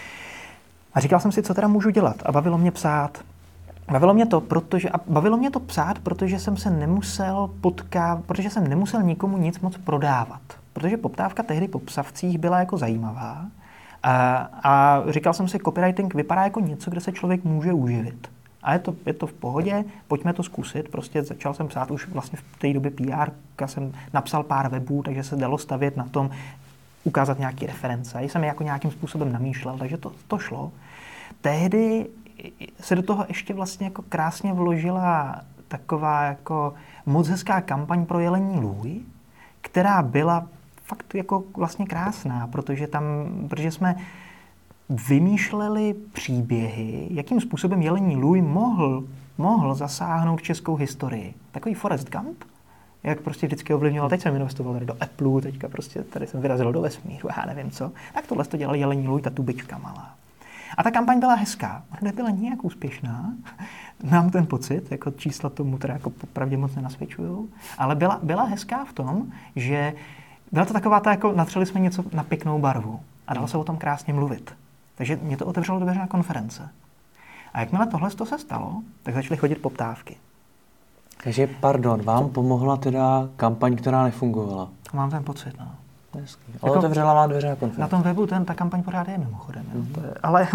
A říkal jsem si, co teda můžu dělat. A bavilo mě psát. Bavilo mě to psát, protože jsem se nemusel protože jsem nemusel nikomu nic moc prodávat. Protože poptávka tehdy po psavcích byla jako zajímavá. A říkal jsem si, copywriting vypadá jako něco, kde se člověk může uživit. A je to v pohodě, pojďme to zkusit. Prostě začal jsem psát už vlastně v té době PR, jsem napsal pár webů, takže se dalo stavět na tom, ukázat nějaké reference. Jsem je jako nějakým způsobem namýšlel, takže to šlo. Tehdy se do toho ještě vlastně jako krásně vložila taková jako moc hezká kampaň pro Jelení lůj, která byla fakt jako vlastně krásná, protože jsme vymýšleli příběhy, jakým způsobem Jelení lůj mohl zasáhnout českou historii. Takový Forrest Gump, jak prostě vždycky ovlivňoval, teď jsem investoval tady do Apple, teďka prostě tady jsem vyrazil do vesmíru, já nevím co. Tak tohle to dělal Jelení lůj, ta tubička malá. A ta kampaň byla hezká, nebyla nijak úspěšná, mám ten pocit, jako čísla tomu teda jako popravdě moc nenasvědčujou, ale byla hezká v tom, že byla to taková ta, jako natřeli jsme něco na pěknou barvu a dalo se o tom krásně mluvit. Takže mě to otevřelo dveře na konference. A jakmile tohle se stalo, tak začaly chodit poptávky. Takže, vám pomohla teda kampaň, která nefungovala? Mám ten pocit, no. Ale jako, otevřela vám dveře na konference. Na tom webu ta kampaň pořád je mimochodem. Ale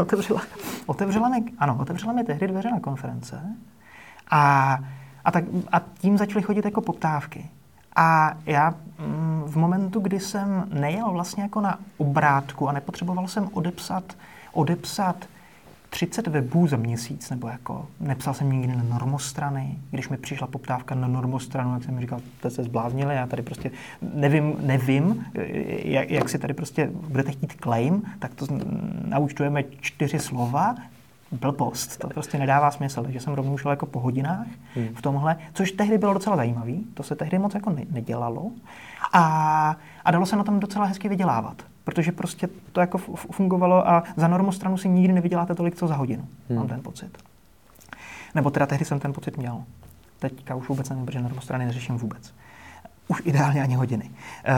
otevřela mi tehdy dveře na konference a tím začaly chodit jako poptávky. A já v momentu, kdy jsem nejel vlastně jako na obrátku a nepotřeboval jsem odepsat 30 webů za měsíc, nebo jako nepsal jsem nikdy na normostrany. Když mi přišla poptávka na normostranu, jak jsem mi říkal, to se zbláznili, já tady prostě nevím, jak si tady prostě budete chtít claim, tak to naúčtujeme 4 slova, blbost, to prostě nedává smysl, takže jsem rovnou šel jako po hodinách v tomhle, což tehdy bylo docela zajímavý, to se tehdy moc jako nedělalo a dalo se na tom docela hezky vydělávat, protože prostě to jako fungovalo a za normostranu si nikdy nevyděláte tolik, co za hodinu, mám ten pocit. Nebo teda tehdy jsem ten pocit měl. Teďka už vůbec nevím, protože normostrany neřeším vůbec. Už ideálně ani hodiny.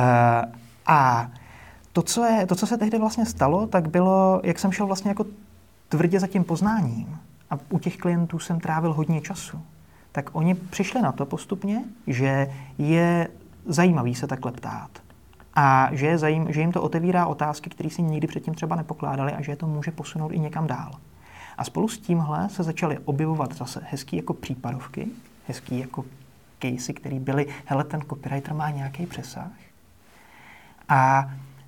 A to, co se tehdy vlastně stalo, tak bylo, jak jsem šel vlastně jako tvrdě za tím poznáním a u těch klientů jsem trávil hodně času, tak oni přišli na to postupně, že je zajímavý se takhle ptát a že jim to otevírá otázky, které si nikdy předtím třeba nepokládali a že je to může posunout i někam dál. A spolu s tímhle se začaly objevovat zase hezký jako případovky, hezký jako casey, které byly, hele, ten copywriter má nějaký přesah a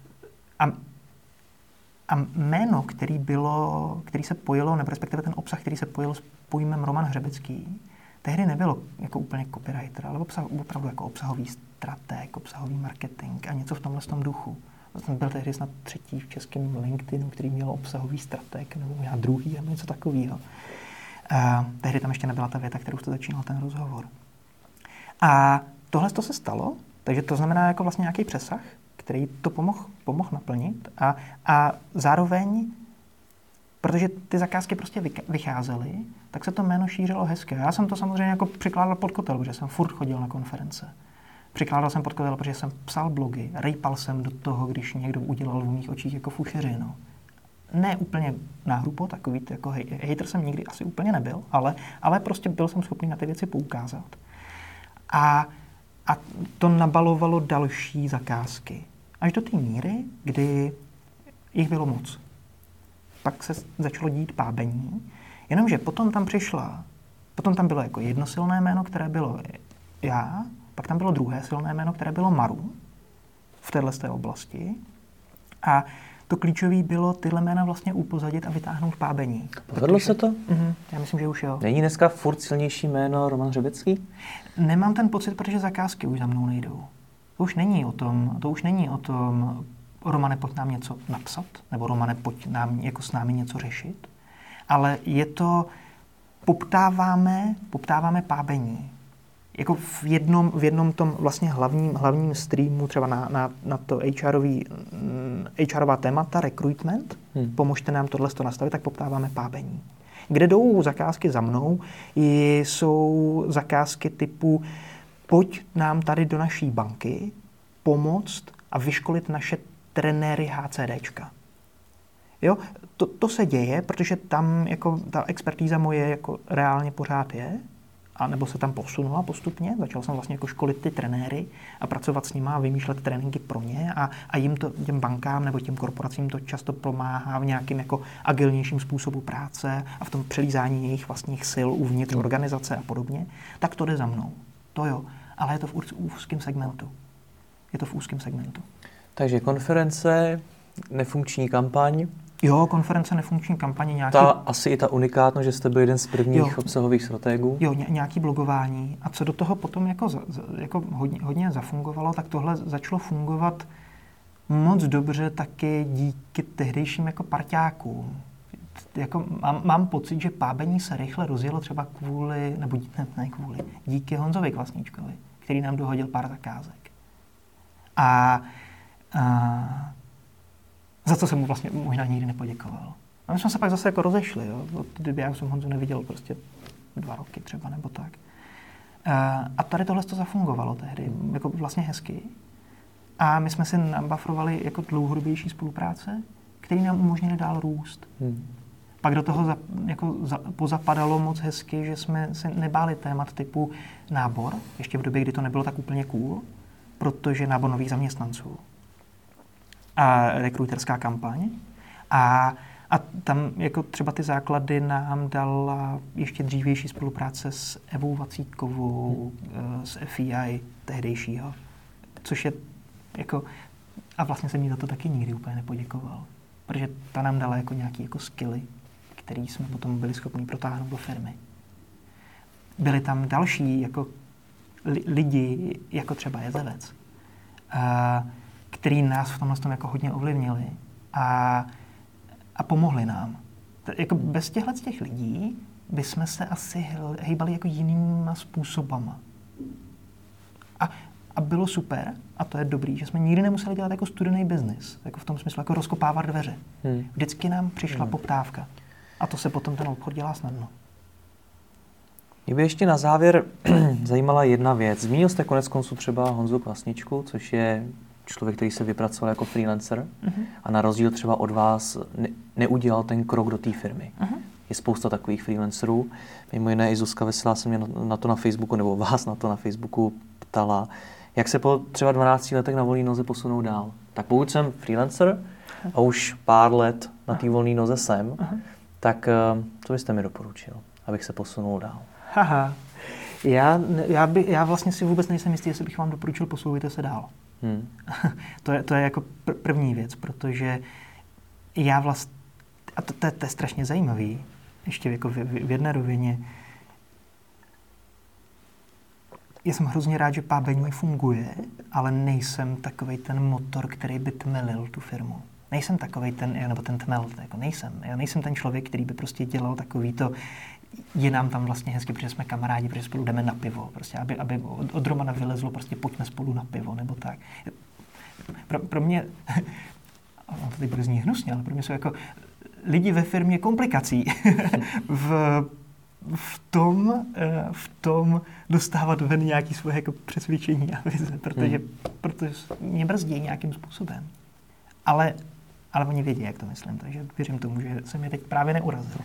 jméno, který se pojilo, nebo respektive ten obsah, který se pojil s pojmem Roman Hřebecký, tehdy nebylo jako úplně copywriter, ale opravdu jako obsahový strateg, obsahový marketing a něco v tomhle tom duchu. Jsem byl tehdy snad 3. v českém LinkedInu, který měl obsahový strateg, nebo já 2. nebo něco takového. Tehdy tam ještě nebyla ta věta, kterou jste začínal ten rozhovor. A tohle to se stalo, takže to znamená jako vlastně nějaký přesah, který to pomohl naplnit a zároveň, protože ty zakázky prostě vycházely, tak se to jméno šířilo hezké. Já jsem to samozřejmě jako přikládal pod kotel, protože jsem furt chodil na konference. Přikládal jsem pod kotel, protože jsem psal blogy, rejpal jsem do toho, když někdo udělal v mých očích jako fušeřinu. Ne úplně náhrupo, takový jako hejter jsem nikdy asi úplně nebyl, ale prostě byl jsem schopný na ty věci poukázat. A to nabalovalo další zakázky. Až do té míry, kdy jich bylo moc. Pak se začalo dít pábení, jenomže potom tam bylo jako jedno silné jméno, které bylo já, pak tam bylo druhé silné jméno, které bylo Maru v této oblasti. A to klíčové bylo tyhle jména vlastně upozadit a vytáhnout pábení. Povedlo se to? Já myslím, že už jo. Není dneska furt silnější jméno Roman Hřebecký? Nemám ten pocit, protože zakázky už za mnou nejdou. To už není o tom, Romane, pojď nám něco napsat, nebo Romane, pojď nám jako s námi něco řešit, ale je to, poptáváme pábení. Jako v jednom tom vlastně hlavním streamu, třeba na to HRová témata, recruitment, pomožte nám tohle nastavit, tak poptáváme pábení. Kde jdou zakázky za mnou, jsou zakázky typu pojď nám tady do naší banky pomoct a vyškolit naše trenéry HCDčka. Jo, to se děje, protože tam jako ta expertíza moje jako reálně pořád je, a nebo se tam posunula postupně. Začal jsem vlastně jako školit ty trenéry a pracovat s nimi a vymýšlet tréninky pro ně a jim to, těm bankám nebo těm korporacím to často pomáhá v nějakým jako agilnějším způsobu práce a v tom přelízání jejich vlastních sil uvnitř organizace a podobně. Tak to jde za mnou. To jo, ale je to v úzkém segmentu. Takže konference, nefunkční kampaň. Jo, konference, nefunkční kampaně, nějaký... Asi i ta unikátnost, že jste byl jeden z prvních obsahových stratégů. Jo, nějaký blogování. A co do toho potom jako hodně zafungovalo, tak tohle začalo fungovat moc dobře taky díky tehdejším jako parťákům. Jako mám pocit, že pábení se rychle rozjelo třeba díky Honzovi Kvasničkovi, který nám dohodil pár zakázek. A za co jsem mu vlastně možná nikdy nepoděkoval. A my jsme se pak zase jako rozešli, jo. Od té doby já jsem Honzu neviděl prostě 2 roky třeba, nebo tak. A tady tohle to zafungovalo tehdy, jako vlastně hezky. A my jsme si nabafrovali jako dlouhodobější spolupráce, který nám umožnili dál růst. Pak do toho pozapadalo moc hezky, že jsme se nebáli témat typu nábor, ještě v době, kdy to nebylo tak úplně cool, protože nábor nových zaměstnanců. A rekruterská kampaň. A tam jako třeba ty základy nám dala ještě dřívější spolupráce s Evou Vacíkovou, s FEI tehdejšího, což je jako, a vlastně jsem jí za to taky nikdy úplně nepoděkoval, protože ta nám dala jako nějaký jako skilly, který jsme potom byli schopni protáhnout do firmy. Byli tam další jako lidi, jako třeba Jezevec, který nás v tomhle jako hodně ovlivnili a pomohli nám. Jako bez těch lidí bychom se asi hejbali jako jinýma způsobama. A bylo super, a to je dobrý, že jsme nikdy nemuseli dělat jako studený biznis, jako v tom smyslu, jako rozkopávat dveře. Vždycky nám přišla poptávka. A to se potom ten obchod dělá snadno. Mě by ještě na závěr zajímala jedna věc. Zmínil jste konec konců třeba Honzu Kvasničku, což je člověk, který se vypracoval jako freelancer a na rozdíl třeba od vás neudělal ten krok do té firmy. Je spousta takových freelancerů. Mimo jiné i Zuzka Veselá se mě na to na Facebooku, nebo vás na to na Facebooku ptala, jak se po třeba 12 letech na volné noze posunou dál. Tak pokud jsem freelancer a už pár let na té volné noze jsem, tak co byste mi doporučil, abych se posunul dál? Haha, já vlastně si vůbec nejsem jistý, jestli bych vám doporučil posouvejte se dál. To je jako první věc, protože já vlastně, a to je strašně zajímavý, ještě jako v jedné rovině, já jsem hrozně rád, že pábení funguje, ale nejsem takovej ten motor, který by tmelil tu firmu. Nejsem takovej nebo ten tmel, jako nejsem. Já nejsem ten člověk, který by prostě dělal takový to, je nám tam vlastně hezky, protože jsme kamarádi, protože spolu jdeme na pivo. Prostě, aby od Romana vylezlo, prostě pojďme spolu na pivo, nebo tak. Pro mě, a on to teď bude znít hnusně, ale pro mě jsou jako lidi ve firmě komplikací. v tom dostávat ven nějaké svoje jako přesvědčení a vize, protože mě brzdí nějakým způsobem. Ale oni vědí, jak to myslím, takže věřím tomu, že jsem je teď právě neurazil.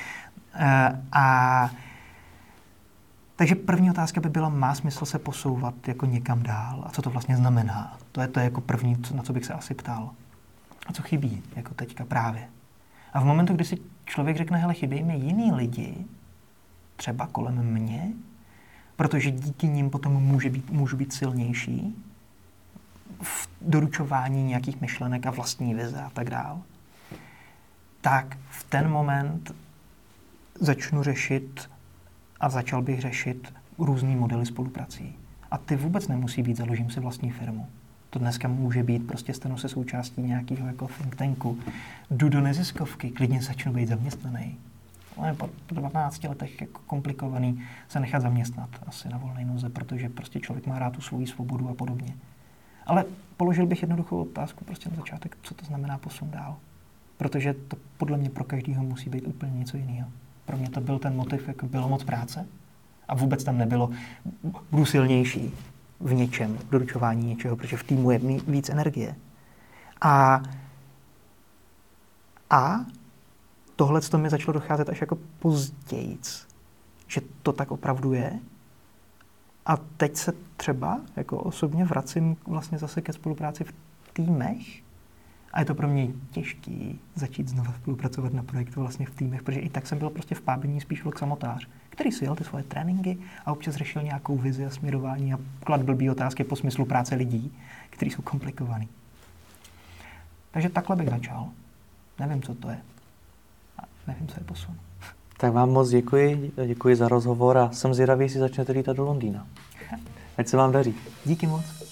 Takže první otázka by byla, má smysl se posouvat jako někam dál? A co to vlastně znamená? To je jako první, na co bych se asi ptal. A co chybí, jako teďka právě? A v momentu, kdy si člověk řekne, hele, chybějí mi jiný lidi, třeba kolem mě, protože díky nim potom můžu být silnější v doručování nějakých myšlenek a vlastní vize a tak dál, tak v ten moment začnu řešit a začal bych řešit různý modely spoluprací. A ty vůbec nemusí být, založím si vlastní firmu. To dneska může být, prostě stanu se součástí nějakého jako think tanku. Jdu do neziskovky, klidně začnu být zaměstnaný. Ale po 12 letech jako komplikovaný se nechat zaměstnat asi na volné noze, protože prostě člověk má rád tu svoji svobodu a podobně. Ale položil bych jednoduchou otázku prostě na začátek, co to znamená posun dál. Protože to podle mě pro každého musí být úplně něco jiného. Pro mě to byl ten motiv, jako bylo moc práce a vůbec tam nebylo, budu silnější v něčem, v doručování něčeho, protože v týmu je víc energie. A tohle to mi začalo docházet až jako pozdějc, že to tak opravdu je. A teď se třeba jako osobně vracím vlastně zase ke spolupráci v týmech a je to pro mě těžký začít znovu spolupracovat na projektu vlastně v týmech, protože i tak jsem byl prostě v pábení spíš samotář, který si jel ty svoje tréninky a občas řešil nějakou vizi a směrování a kladl blbý otázky po smyslu práce lidí, kteří jsou komplikovaný. Takže takhle bych začal. Nevím, co to je. A nevím, co je posun. Tak vám moc děkuji za rozhovor a jsem zvědavý, jestli začnete lítat do Londýna. Ať se vám daří. Díky moc.